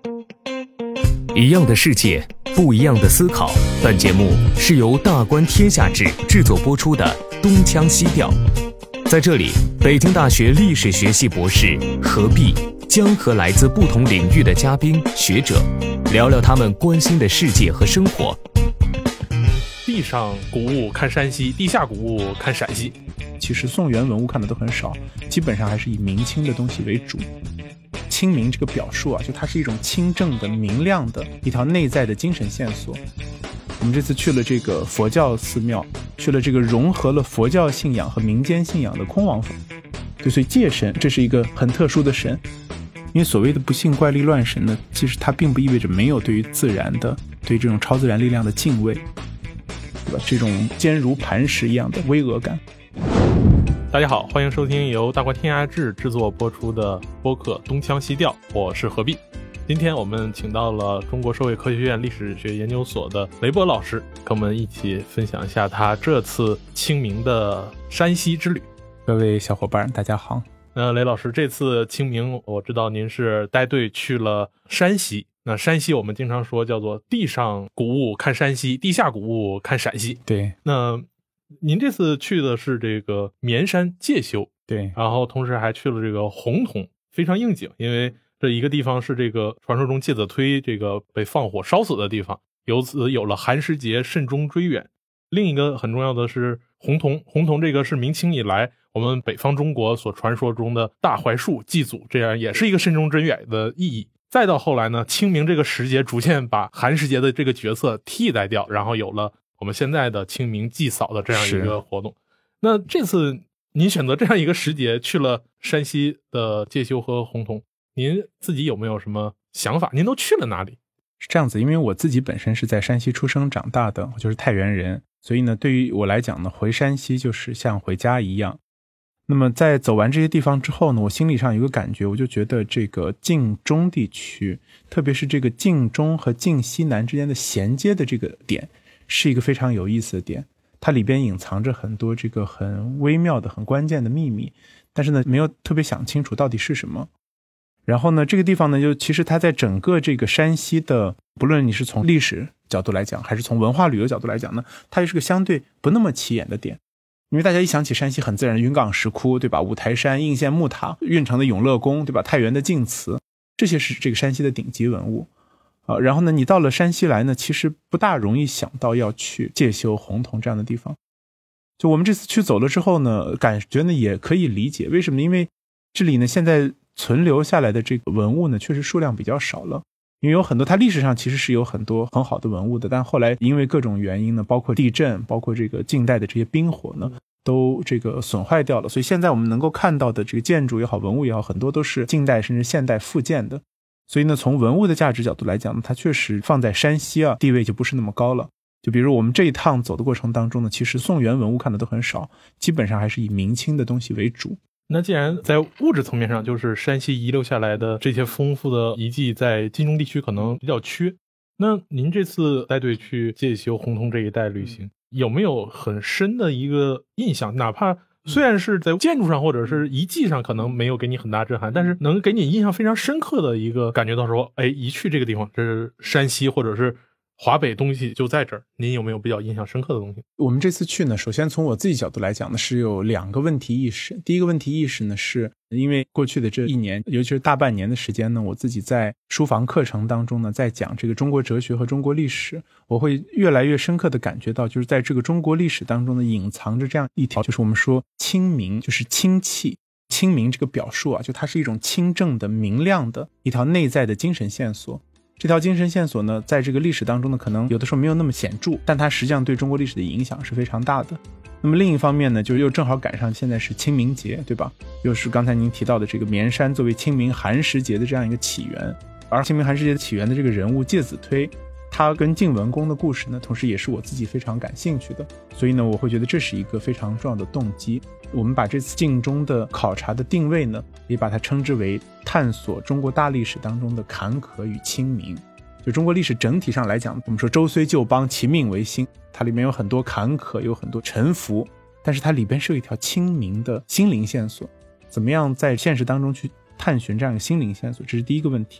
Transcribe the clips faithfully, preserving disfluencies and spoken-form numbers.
一样的世界，不一样的思考。本节目是由大观天下志制作播出的《东腔西调》。在这里，北京大学历史学系博士何必将和来自不同领域的嘉宾学者聊聊他们关心的世界和生活。 地上古物看山西，地下古物看陕西。 其实宋元文物看的都很少，基本上还是以明清的东西为主。清明这个表述啊，就它是一种清正的、明亮的一条内在的精神线索。我们这次去了这个佛教寺庙，去了这个融合了佛教信仰和民间信仰的空王佛。对，所以戒神这是一个很特殊的神，因为所谓的不信怪力乱神呢，其实它并不意味着没有对于自然的、对这种超自然力量的敬畏，对吧？这种坚如磐石一样的巍峨感。 大家好，欢迎收听由大观天下志制作播出的播客《东腔西调》，我是何必。今天我们请到了中国社会科学院历史学研究所的雷波老师，跟我们一起分享一下他这次清明的山西之旅。 各位小伙伴大家好。 那雷老师，这次清明我知道您是带队去了山西，那山西我们经常说叫做地上古物看山西，地下古物看陕西。 对， 那您这次去的是这个绵山介休， 对， 然后同时还去了这个洪洞，非常应景，因为这一个地方是这个传说中介子推这个被放火烧死的地方，由此有了寒食节慎终追远。另一个很重要的是洪洞，洪洞这个是明清以来我们北方中国所传说中的大槐树祭祖，这样也是一个慎终追远的意义。再到后来呢，清明这个时节逐渐把寒食节的这个角色替代掉，然后有了我们现在的清明祭扫的这样一个活动。那这次您选择这样一个时节去了山西的介休和洪洞，您自己有没有什么想法？您都去了哪里？ 是这样子，因为我自己本身是在山西出生长大的，我就是太原人，所以呢，对于我来讲呢，回山西就是像回家一样。那么在走完这些地方之后呢，我心理上有个感觉，我就觉得这个晋中地区，特别是这个晋中和晋西南之间的衔接的这个点，是一个非常有意思的点，它里边隐藏着很多这个很微妙的、很关键的秘密，但是呢，没有特别想清楚到底是什么。然后呢，这个地方呢，就其实它在整个这个山西的，不论你是从历史角度来讲，还是从文化旅游角度来讲呢，它也是个相对不那么起眼的点。因为大家一想起山西，很自然的云冈石窟，对吧？五台山、应县木塔、运城的永乐宫，对吧？太原的晋祠，这些是这个山西的顶级文物。啊，然后呢，你到了山西来呢，其实不大容易想到要去介休、洪洞这样的地方。就我们这次去走了之后呢，感觉呢也可以理解为什么，因为这里呢现在存留下来的这个文物呢，确实数量比较少了。因为有很多，它历史上其实是有很多很好的文物的，但后来因为各种原因呢，包括地震，包括这个近代的这些冰火呢，都这个损坏掉了。所以现在我们能够看到的这个建筑也好，文物也好，很多都是近代甚至现代复建的。所以呢，从文物的价值角度来讲呢，它确实放在山西啊，地位就不是那么高了。就比如我们这一趟走的过程当中呢，其实宋元文物看的都很少，基本上还是以明清的东西为主。 那既然在物质层面上，就是山西遗留下来的这些丰富的遗迹在晋中地区可能比较缺，那您这次带队去介休、洪洞这一带旅行，有没有很深的一个印象？哪怕虽然是在建筑上或者是遗迹上可能没有给你很大震撼，但是能给你印象非常深刻的一个感觉到说，哎，一去这个地方，这是山西或者是华北东西就在这儿，您有没有比较印象深刻的东西？ 我们这次去呢，首先从我自己角度来讲呢，是有两个问题意识。第一个问题意识呢，是因为过去的这一年，尤其是大半年的时间呢，我自己在书房课程当中呢，在讲这个中国哲学和中国历史，我会越来越深刻的感觉到，就是在这个中国历史当中呢，隐藏着这样一条，就是我们说清明，就是清气。清明这个表述啊，就它是一种清正的、明亮的一条内在的精神线索。这条精神线索呢，在这个历史当中呢，可能有的时候没有那么显著，但它实际上对中国历史的影响是非常大的。那么另一方面呢，就又正好赶上现在是清明节，对吧？又是刚才您提到的这个绵山作为清明寒食节的这样一个起源，而清明寒食节的起源的这个人物介子推，他跟晋文公的故事呢，同时也是我自己非常感兴趣的，所以呢，我会觉得这是一个非常重要的动机。我们把这次晋中的考察的定位呢，也把它称之为探索中国大历史当中的坎坷与清明。就中国历史整体上来讲，我们说周虽旧邦，其命维新，它里面有很多坎坷，有很多沉浮，但是它里边是有一条清明的心灵线索。怎么样在现实当中去探寻这样一个心灵线索，这是第一个问题。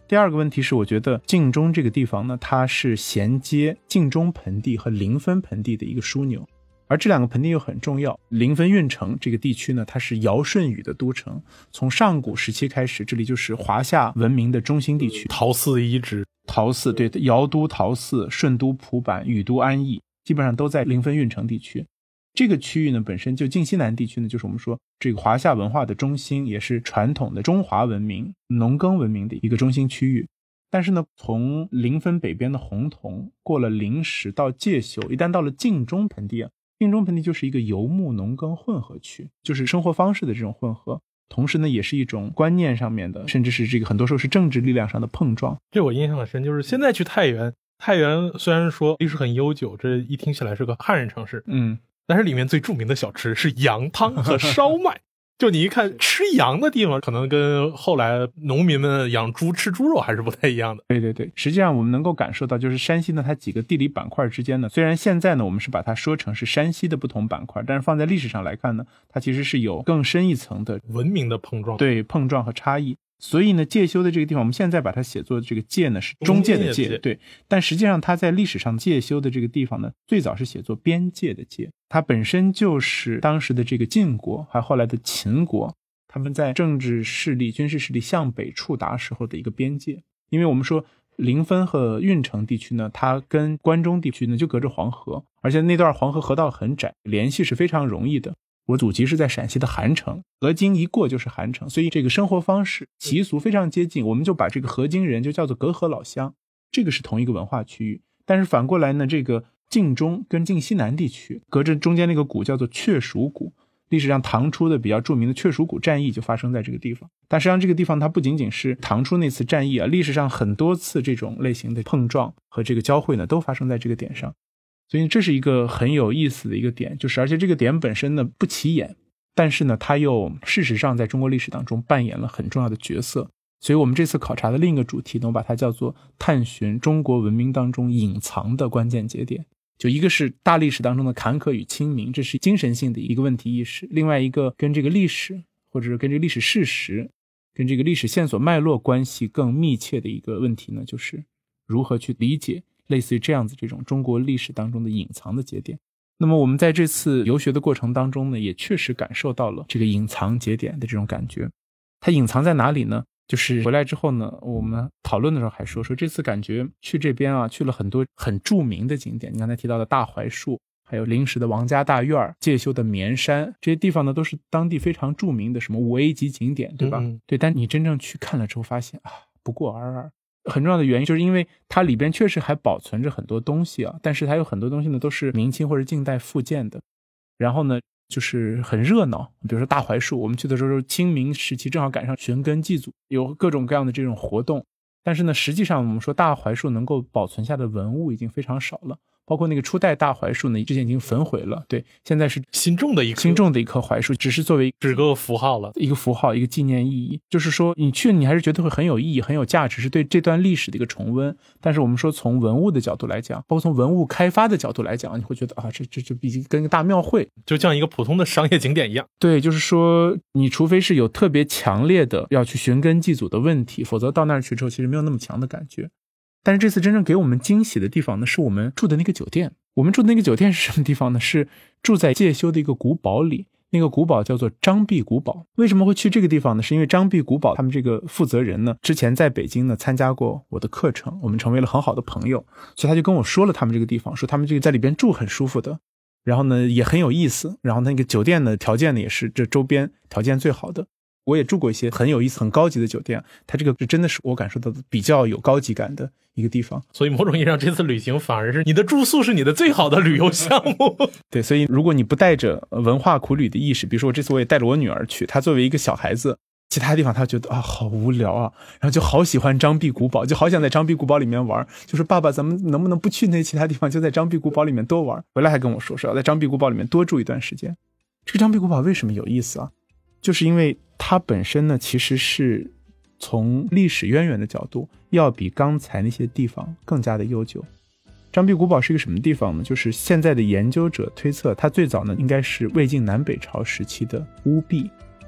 第二个问题是，我觉得晋中这个地方呢，它是衔接晋中盆地和临汾盆地的一个枢纽，而这两个盆地又很重要。临汾运城这个地区呢，它是尧舜禹的都城，从上古时期开始，这里就是华夏文明的中心地区。 陶寺遗址， 陶寺，对，尧都陶寺，舜都蒲坂，禹都安邑，基本上都在临汾运城地区。这个区域呢，本身就晋西南地区呢，就是我们说这个华夏文化的中心，也是传统的中华文明农耕文明的一个中心区域。但是呢，从临汾北边的洪洞过了灵石到介休，一旦到了晋中盆地啊，晋中盆地就是一个游牧农耕混合区，就是生活方式的这种混合，同时呢，也是一种观念上面的，甚至是这个很多时候是政治力量上的碰撞。 这我印象很深，就是现在去太原，太原虽然说历史很悠久，这一听起来是个汉人城市， 嗯， 但是里面最著名的小吃是羊汤和烧麦。就你一看吃羊的地方，可能跟后来农民们养猪吃猪肉还是不太一样的。 对对对，实际上我们能够感受到，就是山西呢，它几个地理板块之间呢，虽然现在呢我们是把它说成是山西的不同板块，但是放在历史上来看呢，它其实是有更深一层的文明的碰撞， 对，碰撞和差异。所以呢，介休的这个地方，我们现在把它写作这个介呢是中介的介，对，但实际上它在历史上介休的这个地方呢，最早是写作边界的界，它本身就是当时的这个晋国，还有后来的秦国，他们在政治势力、军事势力向北触达时候的一个边界。因为我们说临汾和运城地区呢，它跟关中地区呢就隔着黄河，而且那段黄河河道很窄，联系是非常容易的。我祖籍是在陕西的韩城，河津一过就是韩城，所以这个生活方式习俗非常接近，我们就把这个河津人就叫做隔河老乡，这个是同一个文化区域。但是反过来呢，这个晋中跟晋西南地区隔着中间那个谷叫做雀蜀谷，历史上唐初的比较著名的雀蜀谷战役就发生在这个地方。但实际上这个地方它不仅仅是唐初那次战役啊，历史上很多次这种类型的碰撞和这个交汇呢，都发生在这个点上。所以这是一个很有意思的一个点，就是而且这个点本身呢不起眼，但是呢它又事实上在中国历史当中扮演了很重要的角色。所以我们这次考察的另一个主题呢，我把它叫做探寻中国文明当中隐藏的关键节点。就一个是大历史当中的坎坷与清明，这是精神性的一个问题意识；另外一个跟这个历史或者是跟这个历史事实跟这个历史线索脉络关系更密切的一个问题呢，就是如何去理解类似于这样子这种中国历史当中的隐藏的节点。那么我们在这次游学的过程当中呢，也确实感受到了这个隐藏节点的这种感觉。它隐藏在哪里呢？就是回来之后呢，我们讨论的时候还说说这次感觉去这边啊，去了很多很著名的景点，你刚才提到的大槐树，还有临时的王家大院、介休的绵山，这些地方呢都是当地非常著名的什么五 A 级景点，对吧？嗯、对，但你真正去看了之后发现啊，不过尔尔。很重要的原因就是因为它里边确实还保存着很多东西啊，但是它有很多东西呢都是明清或者近代复建的，然后呢就是很热闹。比如说大槐树，我们去的时候清明时期正好赶上寻根祭祖，有各种各样的这种活动，但是呢实际上我们说大槐树能够保存下的文物已经非常少了，包括那个初代大槐树呢之前已经焚毁了，对，现在是新种的一棵新种的一棵槐树，只是作为只个符号了， 一个符号，一个纪念意义。就是说你去你还是觉得会很有意义很有价值，是对这段历史的一个重温。但是我们说从文物的角度来讲，包括从文物开发的角度来讲，你会觉得啊，这这这毕竟跟个大庙会就像一个普通的商业景点一样。 对，就是说你除非是有特别强烈的要去寻根祭祖的问题，否则到那儿去之后其实没有那么强的感觉。但是这次真正给我们惊喜的地方呢，是我们住的那个酒店。我们住的那个酒店是什么地方呢？是住在介休的一个古堡里，那个古堡叫做张壁古堡。为什么会去这个地方呢？是因为张壁古堡他们这个负责人呢，之前在北京呢参加过我的课程，我们成为了很好的朋友，所以他就跟我说了他们这个地方，说他们这个在里边住很舒服的，然后呢也很有意思，然后那个酒店的条件呢也是这周边条件最好的。我也住过一些很有意思很高级的酒店，它这个真的是我感受到的比较有高级感的一个地方。 所以某种意义上这次旅行反而是你的住宿是你的最好的旅游项目。 对，所以如果你不带着文化苦旅的意识，比如说我这次我也带着我女儿去，她作为一个小孩子，其他地方她觉得啊好无聊啊，然后就好喜欢张壁古堡，就好想在张壁古堡里面玩，就是爸爸咱们能不能不去那其他地方，就在张壁古堡里面多玩。回来还跟我说是要在张壁古堡里面多住一段时间。这个张壁古堡为什么有意思啊？就是因为它本身呢其实是从历史渊源的角度要比刚才那些地方更加的悠久。张壁古堡是一个什么地方呢？就是现在的研究者推测它最早呢应该是魏晋南北朝时期的乌壁，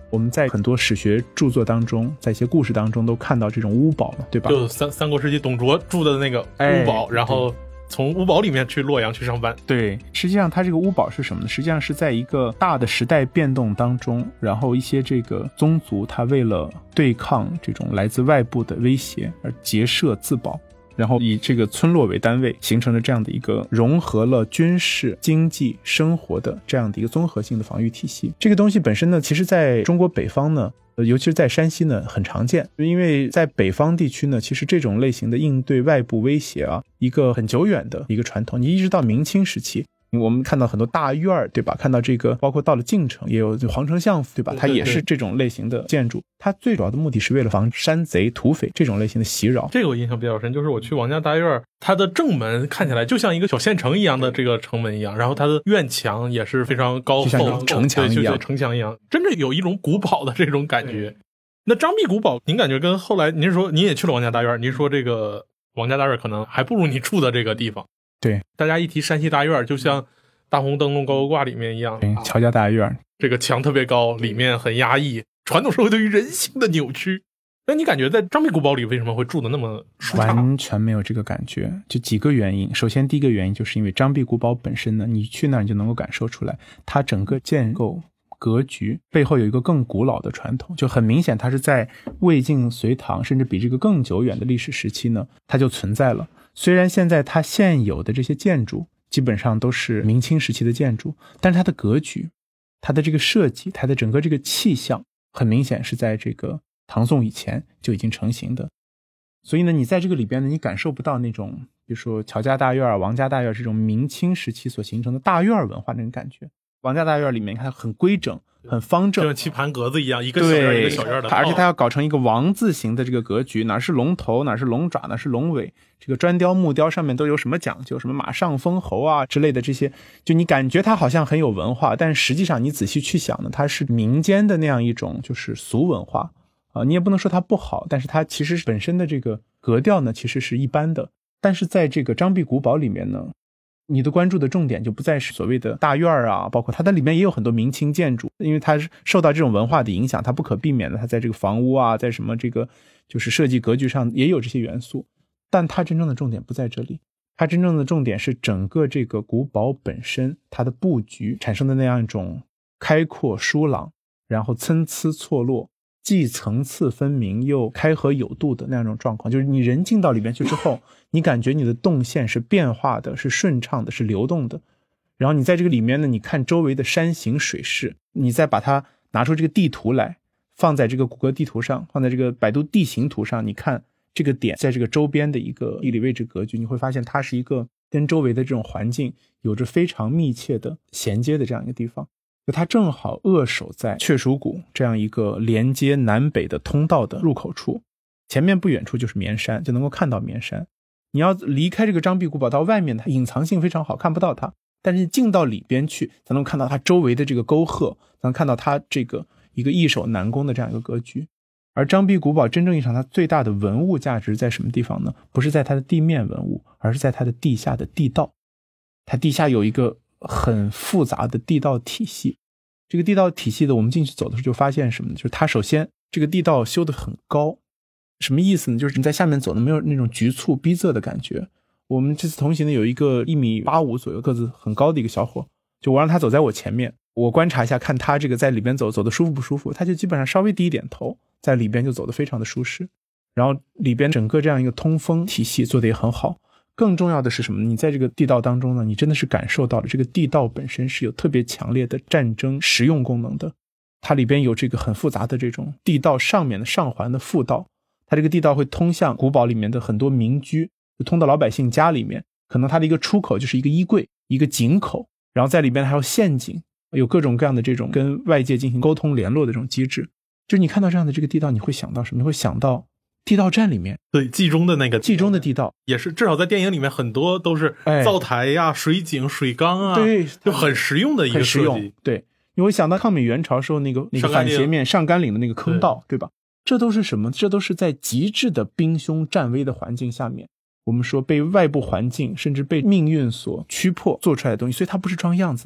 我们在很多史学著作当中，在一些故事当中都看到这种屋堡嘛，对吧？ 就三三国时期董卓住的那个屋堡，哎、然后从屋堡里面去洛阳去上班。 对，实际上它这个屋堡是什么呢？实际上是在一个大的时代变动当中，然后一些这个宗族他为了对抗这种来自外部的威胁而结社自保，然后以这个村落为单位，形成了这样的一个融合了军事、经济、生活的这样的一个综合性的防御体系。这个东西本身呢，其实在中国北方呢，尤其是在山西呢很常见，因为在北方地区呢，其实这种类型的应对外部威胁啊，一个很久远的一个传统，你一直到明清时期，我们看到很多大院，对吧？看到这个包括到了晋城也有皇城相府，对吧？它也是这种类型的建筑，它最主要的目的是为了防山贼土匪这种类型的袭扰。 这个我印象比较深，就是我去王家大院，它的正门看起来就像一个小县城一样的这个城门一样，然后它的院墙也是非常高厚， 就像城墙一样， 城墙一样，真的有一种古堡的这种感觉。那张壁古堡，您感觉跟后来您是说您也去了王家大院，您说这个王家大院可能还不如你住的这个地方。 对， 大家一提山西大院，就像大红灯笼高高挂里面一样， 乔家大院， 这个墙特别高，里面很压抑，传统社会对于人性的扭曲。那你感觉在张壁古堡里为什么会住的那么舒畅？ 完全没有这个感觉，就几个原因。首先第一个原因就是因为张壁古堡本身呢，你去那儿你就能够感受出来，它整个建构格局背后有一个更古老的传统，就很明显它是在魏晋隋唐甚至比这个更久远的历史时期呢，它就存在了。虽然现在它现有的这些建筑基本上都是明清时期的建筑，但是它的格局、它的这个设计、它的整个这个气象很明显是在这个唐宋以前就已经成型的。所以呢，你在这个里边呢，你感受不到那种比如说乔家大院、王家大院这种明清时期所形成的大院文化那种感觉。王家大院里面你看很规整很方正， 就像棋盘格子一样，一个小院一个小院的， 而且它要搞成一个王字形的这个格局，哪是龙头哪是龙爪哪是龙尾，这个砖雕木雕上面都有什么讲究，什么马上封侯啊之类的，这些就你感觉它好像很有文化，但实际上你仔细去想呢，它是民间的那样一种就是俗文化啊、呃，你也不能说它不好，但是它其实本身的这个格调呢其实是一般的。但是在这个张壁古堡里面呢，你的关注的重点就不再是所谓的大院啊，包括它的里面也有很多明清建筑，因为它受到这种文化的影响，它不可避免的，它在这个房屋啊，在什么这个就是设计格局上也有这些元素，但它真正的重点不在这里，它真正的重点是整个这个古堡本身它的布局产生的那样一种开阔疏朗，然后参差错落，既层次分明又开合有度的那样一种状况，就是你人进到里边去之后，你感觉你的动线是变化的，是顺畅的，是流动的。然后你在这个里面呢，你看周围的山形水势，你再把它拿出这个地图来，放在这个谷歌地图上，放在这个百度地形图上，你看这个点在这个周边的一个地理位置格局，你会发现它是一个跟周围的这种环境有着非常密切的衔接的这样一个地方。就它正好扼守在雀蜀谷这样一个连接南北的通道的入口处，前面不远处就是绵山，就能够看到绵山。你要离开这个张壁古堡到外面，它隐藏性非常好，看不到它，但是进到里边去才能看到它周围的这个沟壑，才能看到它这个一个易守难攻的这样一个格局。而张壁古堡真正意义上它最大的文物价值在什么地方呢？不是在它的地面文物，而是在它的地下的地道。它地下有一个很复杂的地道体系，这个地道体系的我们进去走的时候就发现什么呢？就是它首先这个地道修得很高，什么意思呢？就是你在下面走的没有那种局促逼仄的感觉。我们这次同行呢有一个一米八五左右个子很高的一个小伙，就我让他走在我前面，我观察一下看他这个在里边走走的舒服不舒服，他就基本上稍微低一点头，在里边就走得非常的舒适。然后里边整个这样一个通风体系做得也很好。更重要的是什么？你在这个地道当中呢，你真的是感受到了这个地道本身是有特别强烈的战争实用功能的。它里边有这个很复杂的这种地道上面的上环的复道，它这个地道会通向古堡里面的很多民居，就通到老百姓家里面，可能它的一个出口就是一个衣柜一个井口，然后在里边还有陷阱，有各种各样的这种跟外界进行沟通联络的这种机制。就是你看到这样的这个地道，你会想到什么？你会想到地道战里面， 对，冀中的那个冀中的地道也是，至少在电影里面很多都是灶台呀、哎、水井、水缸啊， 对， 就很实用的一个设计。 对，你会想到抗美援朝时候那个那个反斜面上甘岭的那个坑道， 对, 对吧？这都是什么？这都是在极致的兵凶战危的环境下面，我们说被外部环境甚至被命运所驱迫做出来的东西，所以它不是装样子的。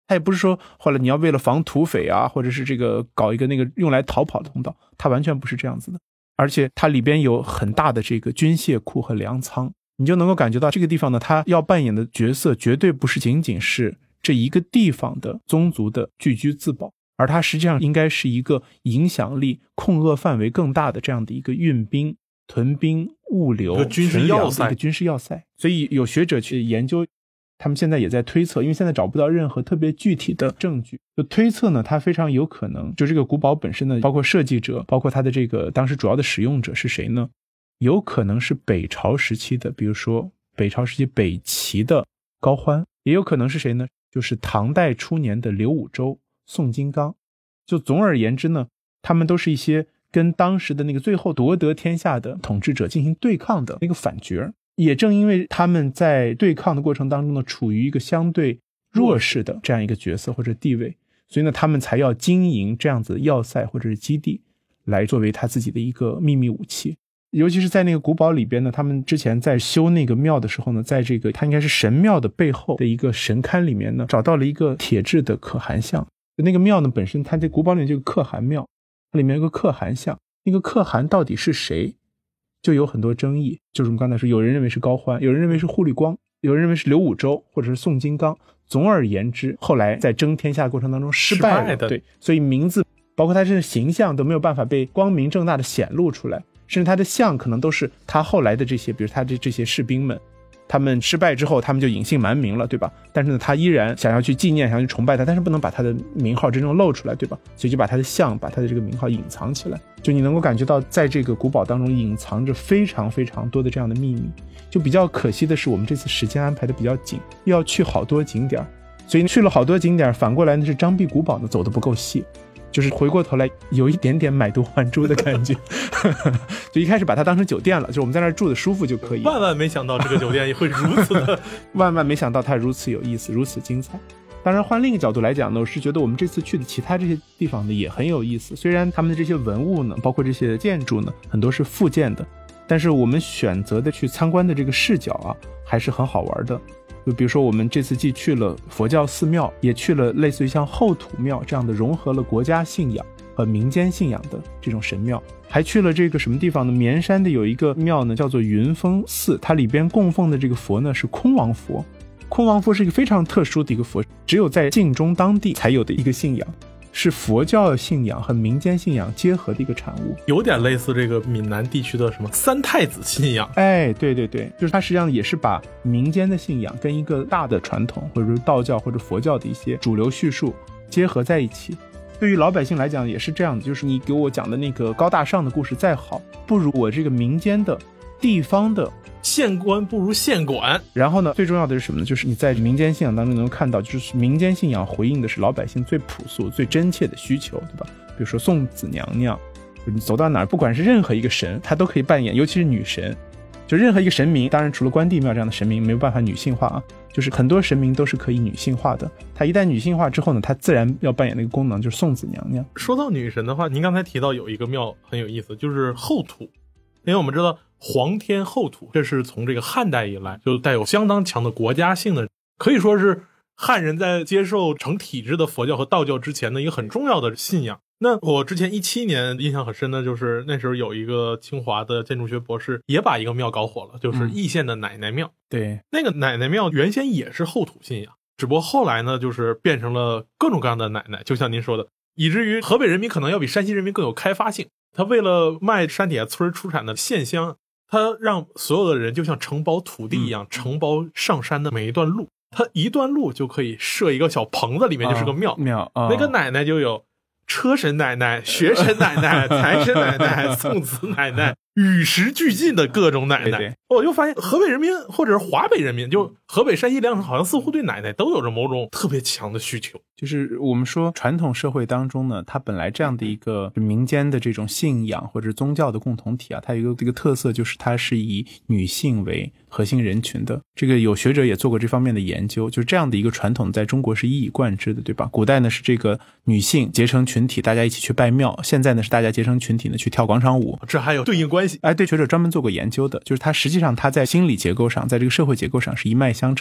它也不是说后来你要为了防土匪啊，或者是这个搞一个那个用来逃跑的通道，它完全不是这样子的。而且它里边有很大的这个军械库和粮仓，你就能够感觉到这个地方呢，它要扮演的角色绝对不是仅仅是这一个地方的宗族的聚居自保，而它实际上应该是一个影响力控遏范围更大的这样的一个运兵、屯兵、物流、 一个军事要塞， 一个军事要塞。所以有学者去研究，他们现在也在推测，因为现在找不到任何特别具体的证据，就推测呢，它非常有可能就这个古堡本身呢，包括设计者，包括它的这个当时主要的使用者是谁呢？有可能是北朝时期的，比如说北朝时期北齐的高欢，也有可能是谁呢？就是唐代初年的刘武周、宋金刚。就总而言之呢，他们都是一些跟当时的那个最后夺得天下的统治者进行对抗的那个反角。也正因为他们在对抗的过程当中呢，处于一个相对弱势的这样一个角色或者地位，所以呢，他们才要经营这样子的要塞或者是基地，来作为他自己的一个秘密武器。尤其是在那个古堡里边呢，他们之前在修那个庙的时候呢，在这个它应该是神庙的背后的一个神龛里面呢，找到了一个铁制的可汗像。那个庙呢本身，它这古堡里面这个可汗庙，它里面有个可汗像，那个可汗到底是谁，就有很多争议。就是我们刚才说，有人认为是高欢，有人认为是护律光，有人认为是刘武周或者是宋金刚。总而言之，后来在争天下过程当中失败了， 失败的。 对，所以名字包括他这形象都没有办法被光明正大的显露出来，甚至他的像可能都是他后来的这些，比如他的这些士兵们，他们失败之后他们就隐姓埋名了，对吧？但是呢，他依然想要去纪念，想要去崇拜他，但是不能把他的名号真正露出来，对吧？所以就把他的像，把他的这个名号隐藏起来。就你能够感觉到在这个古堡当中隐藏着非常非常多的这样的秘密。就比较可惜的是，我们这次时间安排的比较紧，又要去好多景点，所以去了好多景点，反过来呢是张壁古堡呢走得不够细，就是回过头来有一点点买椟还珠的感觉就一开始把它当成酒店了，就是我们在那儿住的舒服就可以。 万万没想到这个酒店也会如此的万万没想到它如此有意思，如此精彩。当然换另一个角度来讲呢，我是觉得我们这次去的其他这些地方呢也很有意思，虽然他们的这些文物呢，包括这些建筑呢，很多是复建的，但是我们选择的去参观的这个视角啊还是很好玩的。就比如说我们这次既去了佛教寺庙，也去了类似于像后土庙这样的融合了国家信仰和民间信仰的这种神庙，还去了这个什么地方呢？绵山的有一个庙呢叫做云峰寺，它里边供奉的这个佛呢是空王佛。空王佛是一个非常特殊的一个佛，只有在晋中当地才有的一个信仰，是佛教信仰和民间信仰结合的一个产物， 有点类似这个闽南地区的什么三太子信仰。 哎，对对对，就是它实际上也是把民间的信仰跟一个大的传统或者是道教或者佛教的一些主流叙述结合在一起。对于老百姓来讲也是这样的，就是你给我讲的那个高大上的故事再好，不如我这个民间的地方的县官不如县管。然后呢，最重要的是什么呢？就是你在民间信仰当中能够看到，就是民间信仰回应的是老百姓最朴素最真切的需求，对吧？比如说送子娘娘，你走到哪儿不管是任何一个神他都可以扮演，尤其是女神，就任何一个神明，当然除了关帝庙这样的神明没有办法女性化啊，就是很多神明都是可以女性化的。他一旦女性化之后呢，他自然要扮演那个功能，就是送子娘娘。 说到女神的话，您刚才提到有一个庙很有意思，就是后土。因为我们知道皇天后土，这是从这个汉代以来就带有相当强的国家性的，可以说是汉人在接受成体制的佛教和道教之前的一个很重要的信仰。那我之前一七年印象很深的就是那时候有一个清华的建筑学博士也把一个庙搞火了，就是易县的奶奶庙、嗯、 对， 那个奶奶庙原先也是后土信仰，只不过后来呢就是变成了各种各样的奶奶，就像您说的，以至于河北人民可能要比山西人民更有开发性。他为了卖山底下村出产的线香，他让所有的人就像承包土地一样、嗯、承包上山的每一段路，他一段路就可以设一个小棚子，里面就是个庙、 哦、庙、哦、 那个奶奶就有车神奶奶、学神奶奶、财神奶奶、送子奶奶，与时俱进的各种奶奶。对对，我就发现河北人民或者是华北人民，就河北山西两省好像似乎对奶奶都有着某种特别强的需求。 就是我们说传统社会当中呢，它本来这样的一个民间的这种信仰或者宗教的共同体啊，它有一个这个特色，就是它是以女性为核心人群的。这个有学者也做过这方面的研究，就是这样的一个传统在中国是一以贯之的，对吧？古代呢是这个女性结成群体，大家一起去拜庙，现在呢是大家结成群体呢去跳广场舞， 这还有对应关系。 哎，对，学者专门做过研究的，就是它实际上它在心理结构上，在这个社会结构上是一脉相承的。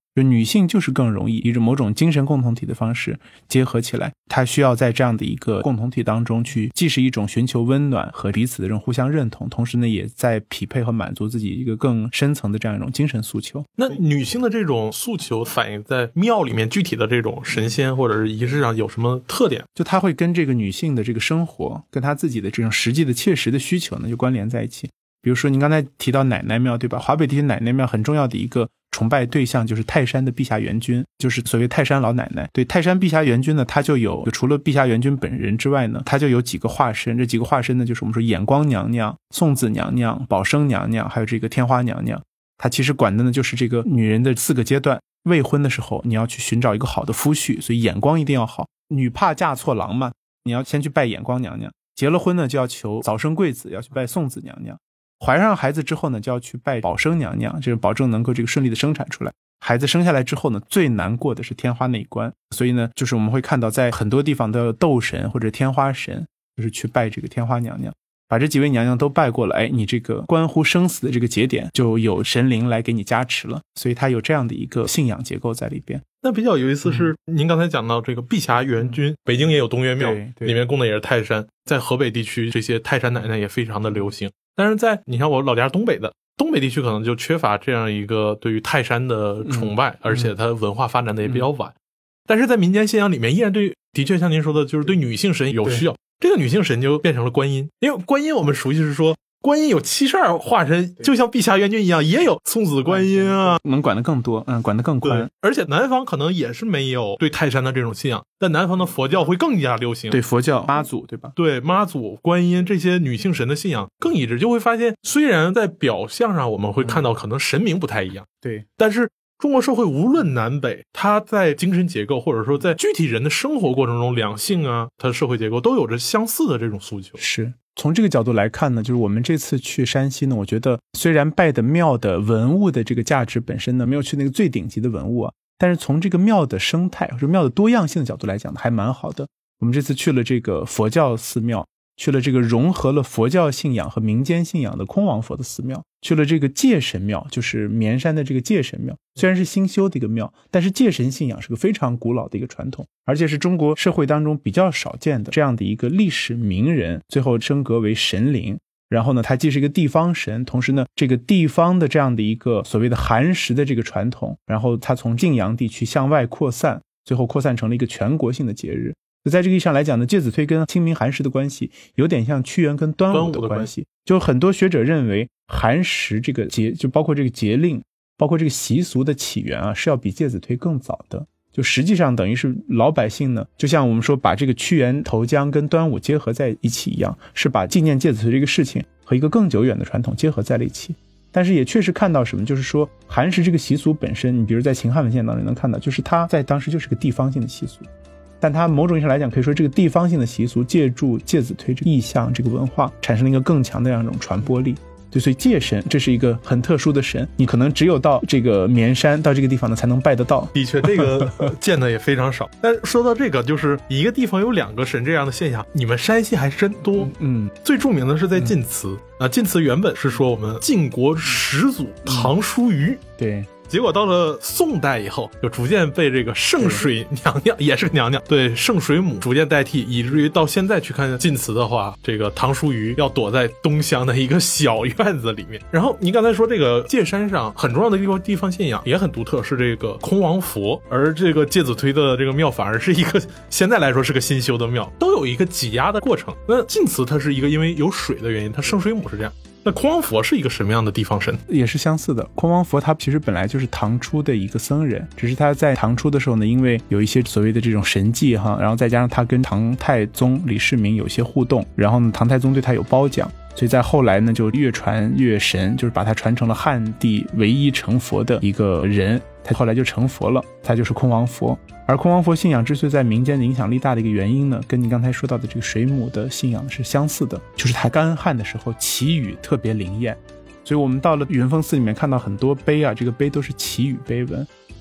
就女性就是更容易以某种精神共同体的方式结合起来，她需要在这样的一个共同体当中去，既是一种寻求温暖和彼此的这种互相认同，同时呢也在匹配和满足自己一个更深层的这样一种精神诉求。 那女性的这种诉求反映在庙里面具体的这种神仙或者是仪式上有什么特点？ 就它会跟这个女性的这个生活跟她自己的这种实际的切实的需求呢就关联在一起。比如说您刚才提到奶奶庙，对吧？华北地区奶奶庙很重要的一个崇拜对象就是泰山的碧霞元君，就是所谓泰山老奶奶。对，泰山碧霞元君呢，它就有除了碧霞元君本人之外呢，它就有几个化身。这几个化身呢，就是我们说眼光娘娘、送子娘娘、宝生娘娘，还有这个天花娘娘。它其实管的呢就是这个女人的四个阶段。未婚的时候你要去寻找一个好的夫婿，所以眼光一定要好。女怕嫁错郎嘛，你要先去拜眼光娘娘。结了婚呢就要求早生贵子，要去拜送子娘娘。怀上孩子之后呢就要去拜宝生娘娘，这是保证能够这个顺利的生产出来。孩子生下来之后呢最难过的是天花那一关，所以呢就是我们会看到在很多地方都有斗神或者天花神，就是去拜这个天花娘娘。把这几位娘娘都拜过了，哎，你这个关乎生死的这个节点就有神灵来给你加持了，所以它有这样的一个信仰结构在里边。 那比较有意思是、嗯、您刚才讲到这个碧霞元君、嗯、北京也有东岳庙，里面供的也是泰山，在河北地区这些泰山奶奶也非常的流行。但是在你像我老家东北的东北地区可能就缺乏这样一个对于泰山的崇拜、嗯、而且它文化发展的也比较晚、嗯、但是在民间信仰里面依然对，的确像您说的就是对女性神有需要。这个女性神就变成了观音，因为观音我们熟悉是说观音有七十二化身，就像碧霞元君一样，也有送子观音啊， 能管得更多，嗯，管得更宽。 而且南方可能也是没有对泰山的这种信仰，但南方的佛教会更加流行。 对，佛教妈祖，对吧？ 对，妈祖、观音这些女性神的信仰更一致，就会发现虽然在表象上我们会看到可能神明不太一样， 对， 但是中国社会无论南北，它在精神结构或者说在具体人的生活过程中，两性啊，它的社会结构都有着相似的这种诉求。 是从这个角度来看呢，就是我们这次去山西呢，我觉得虽然拜的庙的文物的这个价值本身呢没有去那个最顶级的文物啊，但是从这个庙的生态或者庙的多样性的角度来讲还蛮好的。我们这次去了这个佛教寺庙，去了这个融合了佛教信仰和民间信仰的空王佛的寺庙，去了这个戒神庙，就是绵山的这个戒神庙。虽然是新修的一个庙，但是戒神信仰是个非常古老的一个传统，而且是中国社会当中比较少见的这样的一个历史名人最后升格为神灵。然后呢它既是一个地方神，同时呢这个地方的这样的一个所谓的寒食的这个传统，然后它从晋阳地区向外扩散，最后扩散成了一个全国性的节日。在这个意义上来讲呢，介子推跟清明寒食的关系有点像屈原跟端午的关系。就很多学者认为寒食这个节，就包括这个节令，包括这个习俗的起源啊，是要比介子推更早的。就实际上等于是老百姓呢，就像我们说把这个屈原投江跟端午结合在一起一样，是把纪念介子推这个事情和一个更久远的传统结合在了一起。但是也确实看到什么，就是说寒食这个习俗本身，你比如在秦汉文献当中能看到，就是它在当时就是个地方性的习俗，但它某种意义上来讲可以说这个地方性的习俗借助介子推这个意象这个文化产生了一个更强的这样一种传播力。对，所以戒神这是一个很特殊的神，你可能只有到这个绵山到这个地方呢才能拜得到。 的确这个见的也非常少。但说到这个就是一个地方有两个神这样的现象，你们山西还真多。 嗯， 最著名的是在晋祠、嗯、啊，晋祠原本是说我们晋国始祖唐叔虞、嗯、 对， 结果到了宋代以后就逐渐被这个圣水娘娘，也是个娘娘，对，圣水母逐渐代替，以至于到现在去看晋祠的话，这个唐叔虞要躲在东乡的一个小院子里面。然后你刚才说这个界山上很重要的地方地方信仰也很独特，是这个空王佛，而这个介子推的这个庙反而是一个现在来说是个新修的庙，都有一个挤压的过程。那晋祠它是一个因为有水的原因，它圣水母是这样。那空王佛是一个什么样的地方神？ 也是相似的。空王佛他其实本来就是唐初的一个僧人，只是他在唐初的时候呢，因为有一些所谓的这种神迹哈，然后再加上他跟唐太宗李世民有些互动，然后呢唐太宗对他有褒奖，所以在后来呢就越传越神，就是把他传成了汉地唯一成佛的一个人，他后来就成佛了，他就是空王佛。而空王佛信仰之所以在民间的影响力大的一个原因呢，跟你刚才说到的这个水母的信仰是相似的，就是他干旱的时候祈雨特别灵验。所以我们到了云峰寺里面看到很多碑啊，这个碑都是祈雨碑文。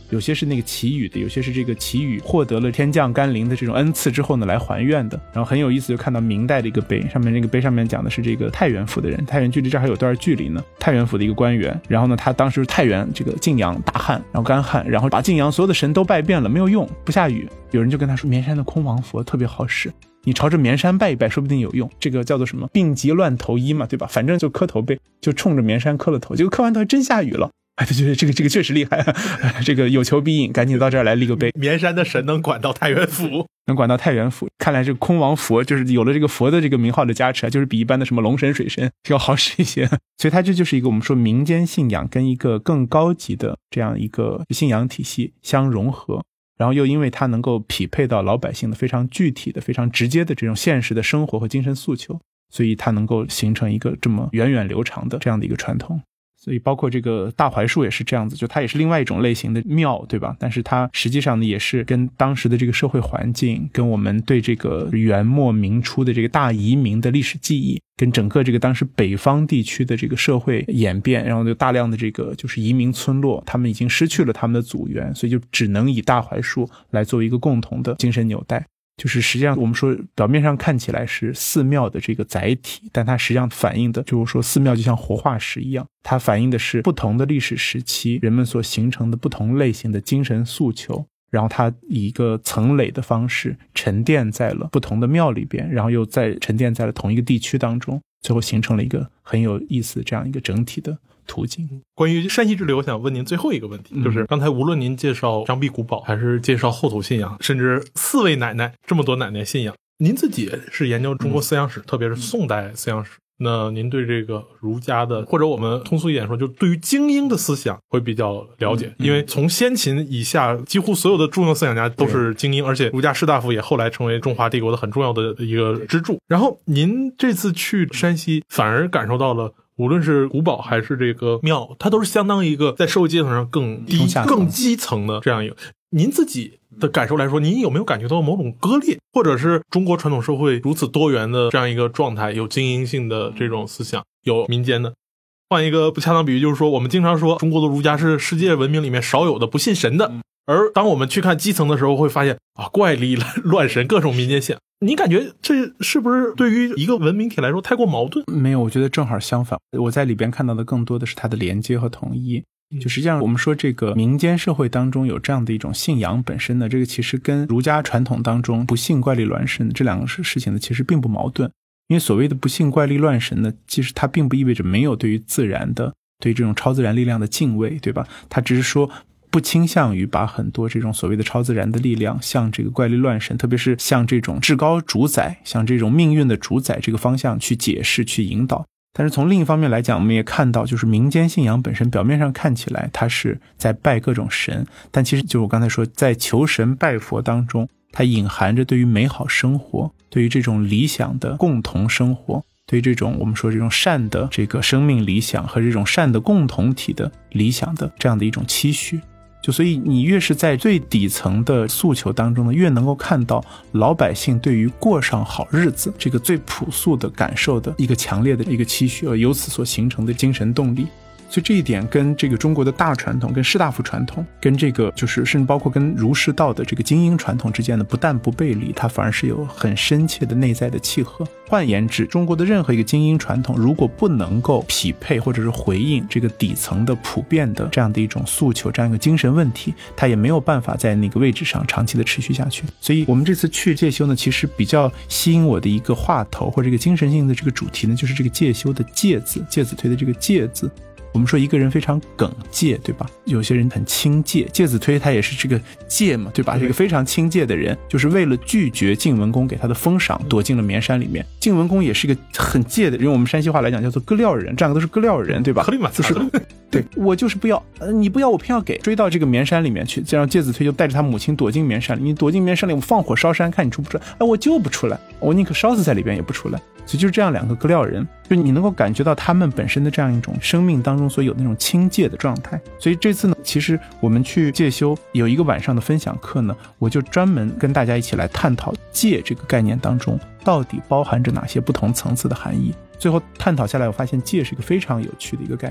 有些是那个祈雨的，有些是这个祈雨获得了天降甘霖的这种恩赐之后呢来还愿的。然后很有意思，就看到明代的一个碑，上面那个碑上面讲的是这个太原府的人，太原距离这儿还有段距离呢，太原府的一个官员，然后呢他当时太原这个晋阳大旱，然后干旱，然后把晋阳所有的神都拜遍了，没有用，不下雨，有人就跟他说绵山的空王佛特别好使，你朝着绵山拜一拜说不定有用，这个叫做什么病急乱投医嘛，对吧？反正就磕头呗，就冲着绵山磕了头，结果磕完头真下雨了。哎，他觉得这个这个确实厉害，这个有求必应，赶紧到这儿来立个碑。 绵山的神能管到太原府， 能管到太原府，看来这个空王佛就是有了这个佛的这个名号的加持，就是比一般的什么龙神水神要好使一些。所以它这就是一个我们说民间信仰跟一个更高级的这样一个信仰体系相融合，然后又因为它能够匹配到老百姓的非常具体的非常直接的这种现实的生活和精神诉求，所以它能够形成一个这么源远流长的这样的一个传统。所以包括这个大槐树也是这样子，就它也是另外一种类型的庙，对吧？但是它实际上呢也是跟当时的这个社会环境，跟我们对这个元末明初的这个大移民的历史记忆，跟整个这个当时北方地区的这个社会演变，然后就大量的这个就是移民村落，他们已经失去了他们的祖源，所以就只能以大槐树来作为一个共同的精神纽带。就是实际上我们说表面上看起来是寺庙的这个载体，但它实际上反映的就是说寺庙就像活化石一样，它反映的是不同的历史时期人们所形成的不同类型的精神诉求，然后它以一个层累的方式沉淀在了不同的庙里边，然后又再沉淀在了同一个地区当中，最后形成了一个很有意思这样一个整体的途径。 关于山西之流，我想问您最后一个问题，嗯、就是刚才无论您介绍张臂古堡，还是介绍后土信仰，甚至四位奶奶这么多奶奶信仰，您自己是研究中国思想史，嗯、特别是宋代思想史。那您对这个儒家的，或者我们通俗一点说，就对于精英的思想会比较了解，嗯、因为从先秦以下，几乎所有的重要思想家都是精英，而且儒家士大夫也后来成为中华帝国的很重要的一个支柱。然后您这次去山西，反而感受到了，无论是古堡还是这个庙，它都是相当于一个在社会阶层上更低、更基层的这样一个。您自己的感受来说，您有没有感觉到某种割裂，或者是中国传统社会如此多元的这样一个状态，有精英性的这种思想，有民间的？换一个不恰当比喻，就是说我们经常说中国的儒家是世界文明里面少有的不信神的，而当我们去看基层的时候，会发现啊，怪力乱神，各种民间信仰。你感觉这是不是对于一个文明体来说太过矛盾？ 没有，我觉得正好相反，我在里边看到的更多的是它的连接和统一。就实际上我们说这个民间社会当中有这样的一种信仰本身呢，这个其实跟儒家传统当中不信怪力乱神这两个事情呢其实并不矛盾。因为所谓的不信怪力乱神呢，其实它并不意味着没有对于自然的，对于这种超自然力量的敬畏，对吧？它只是说不倾向于把很多这种所谓的超自然的力量向这个怪力乱神，特别是向这种至高主宰，向这种命运的主宰这个方向去解释去引导。但是从另一方面来讲，我们也看到就是民间信仰本身表面上看起来它是在拜各种神，但其实就是我刚才说在求神拜佛当中，它隐含着对于美好生活，对于这种理想的共同生活，对于这种我们说这种善的这个生命理想和这种善的共同体的理想的这样的一种期许。就所以你越是在最底层的诉求当中呢，越能够看到老百姓对于过上好日子这个最朴素的感受的一个强烈的一个期许，而由此所形成的精神动力。所以这一点跟这个中国的大传统，跟士大夫传统，跟这个就是甚至包括跟儒释道的这个精英传统之间的不但不背离，它反而是有很深切的内在的契合。换言之，中国的任何一个精英传统如果不能够匹配或者是回应这个底层的普遍的这样的一种诉求，这样一个精神问题，它也没有办法在那个位置上长期的持续下去。所以我们这次去戒修呢，其实比较吸引我的一个话头或者这个精神性的这个主题呢，就是这个戒修的戒字，介子推的这个戒字。我们说一个人非常耿介，对吧？有些人很轻介，介子推他也是这个介嘛，对吧？这个非常轻介的人，就是为了拒绝晋文公给他的封赏，躲进了绵山里面。晋文公也是一个很介的人，用我们山西话来讲叫做割料人，这样都是割料人，对吧？就是对我就是不要，呃，你不要我偏要给，追到这个绵山里面去，这样介子推就带着他母亲躲进绵山里，你躲进绵山里，我放火烧山，看你出不出来？哎，我就不出来，我宁可烧死在里边也不出来。所以就是这样两个割料人，就你能够感觉到他们本身的这样一种生命当中所有那种清戒的状态。所以这次呢，其实我们去戒修有一个晚上的分享课呢，我就专门跟大家一起来探讨戒这个概念当中到底包含着哪些不同层次的含义。最后探讨下来，我发现戒是一个非常有趣的一个概念。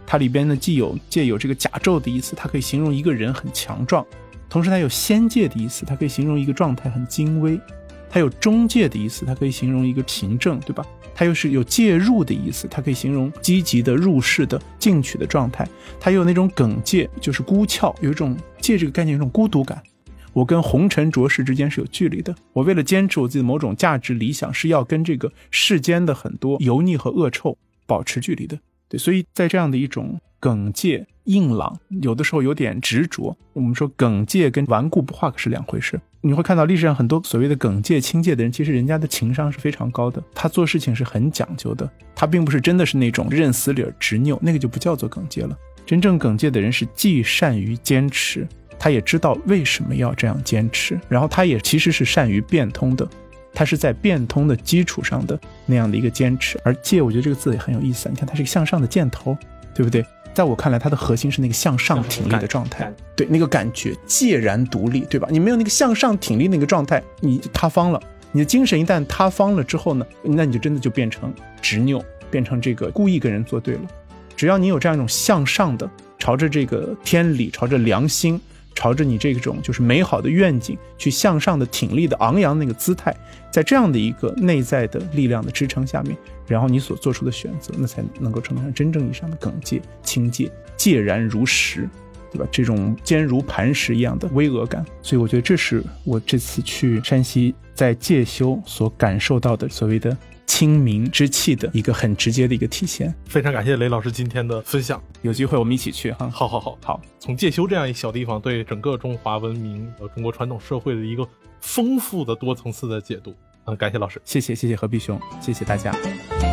它里边呢既有借有这个甲胄的意思，它可以形容一个人很强壮，同时它有仙界的意思，它可以形容一个状态很精微，它有中界的意思，它可以形容一个平正，对吧？它又是有介入的意思，它可以形容积极的入世的进取的状态，它又有那种耿介，就是孤峭，有一种借这个概念有一种孤独感，我跟红尘浊世之间是有距离的，我为了坚持我自己的某种价值理想，是要跟这个世间的很多油腻和恶臭保持距离的。对，所以在这样的一种耿介硬朗，有的时候有点执着，我们说耿介跟顽固不化可是两回事。你会看到历史上很多所谓的耿介清介的人，其实人家的情商是非常高的，他做事情是很讲究的，他并不是真的是那种认死理儿执拗，那个就不叫做耿介了。真正耿介的人是既善于坚持，他也知道为什么要这样坚持，然后他也其实是善于变通的，他是在变通的基础上的那样的一个坚持。而介，我觉得这个字也很有意思，你看它是一个向上的箭头，对不对？在我看来，它的核心是那个向上挺立的状态，对，那个感觉介然独立，对吧？你没有那个向上挺立那个状态，你塌方了。你的精神一旦塌方了之后呢，那你就真的就变成执拗，变成这个故意跟人作对了。只要你有这样一种向上的，朝着这个天理，朝着良心，朝着你这种就是美好的愿景去向上的挺立的昂扬那个姿态，在这样的一个内在的力量的支撑下面，然后你所做出的选择，那才能够称得上真正意义上的耿介清介，介然如石，对吧？这种坚如磐石一样的巍峨感。所以我觉得这是我这次去山西在介休所感受到的所谓的清明之气的一个很直接的一个体现。 非常感谢雷老师今天的分享， 有机会我们一起去哈。 好好好好，从介休这样一小地方对整个中华文明和中国传统社会的一个丰富的多层次的解读，嗯，感谢老师， 谢谢谢谢何必兄，谢谢大家。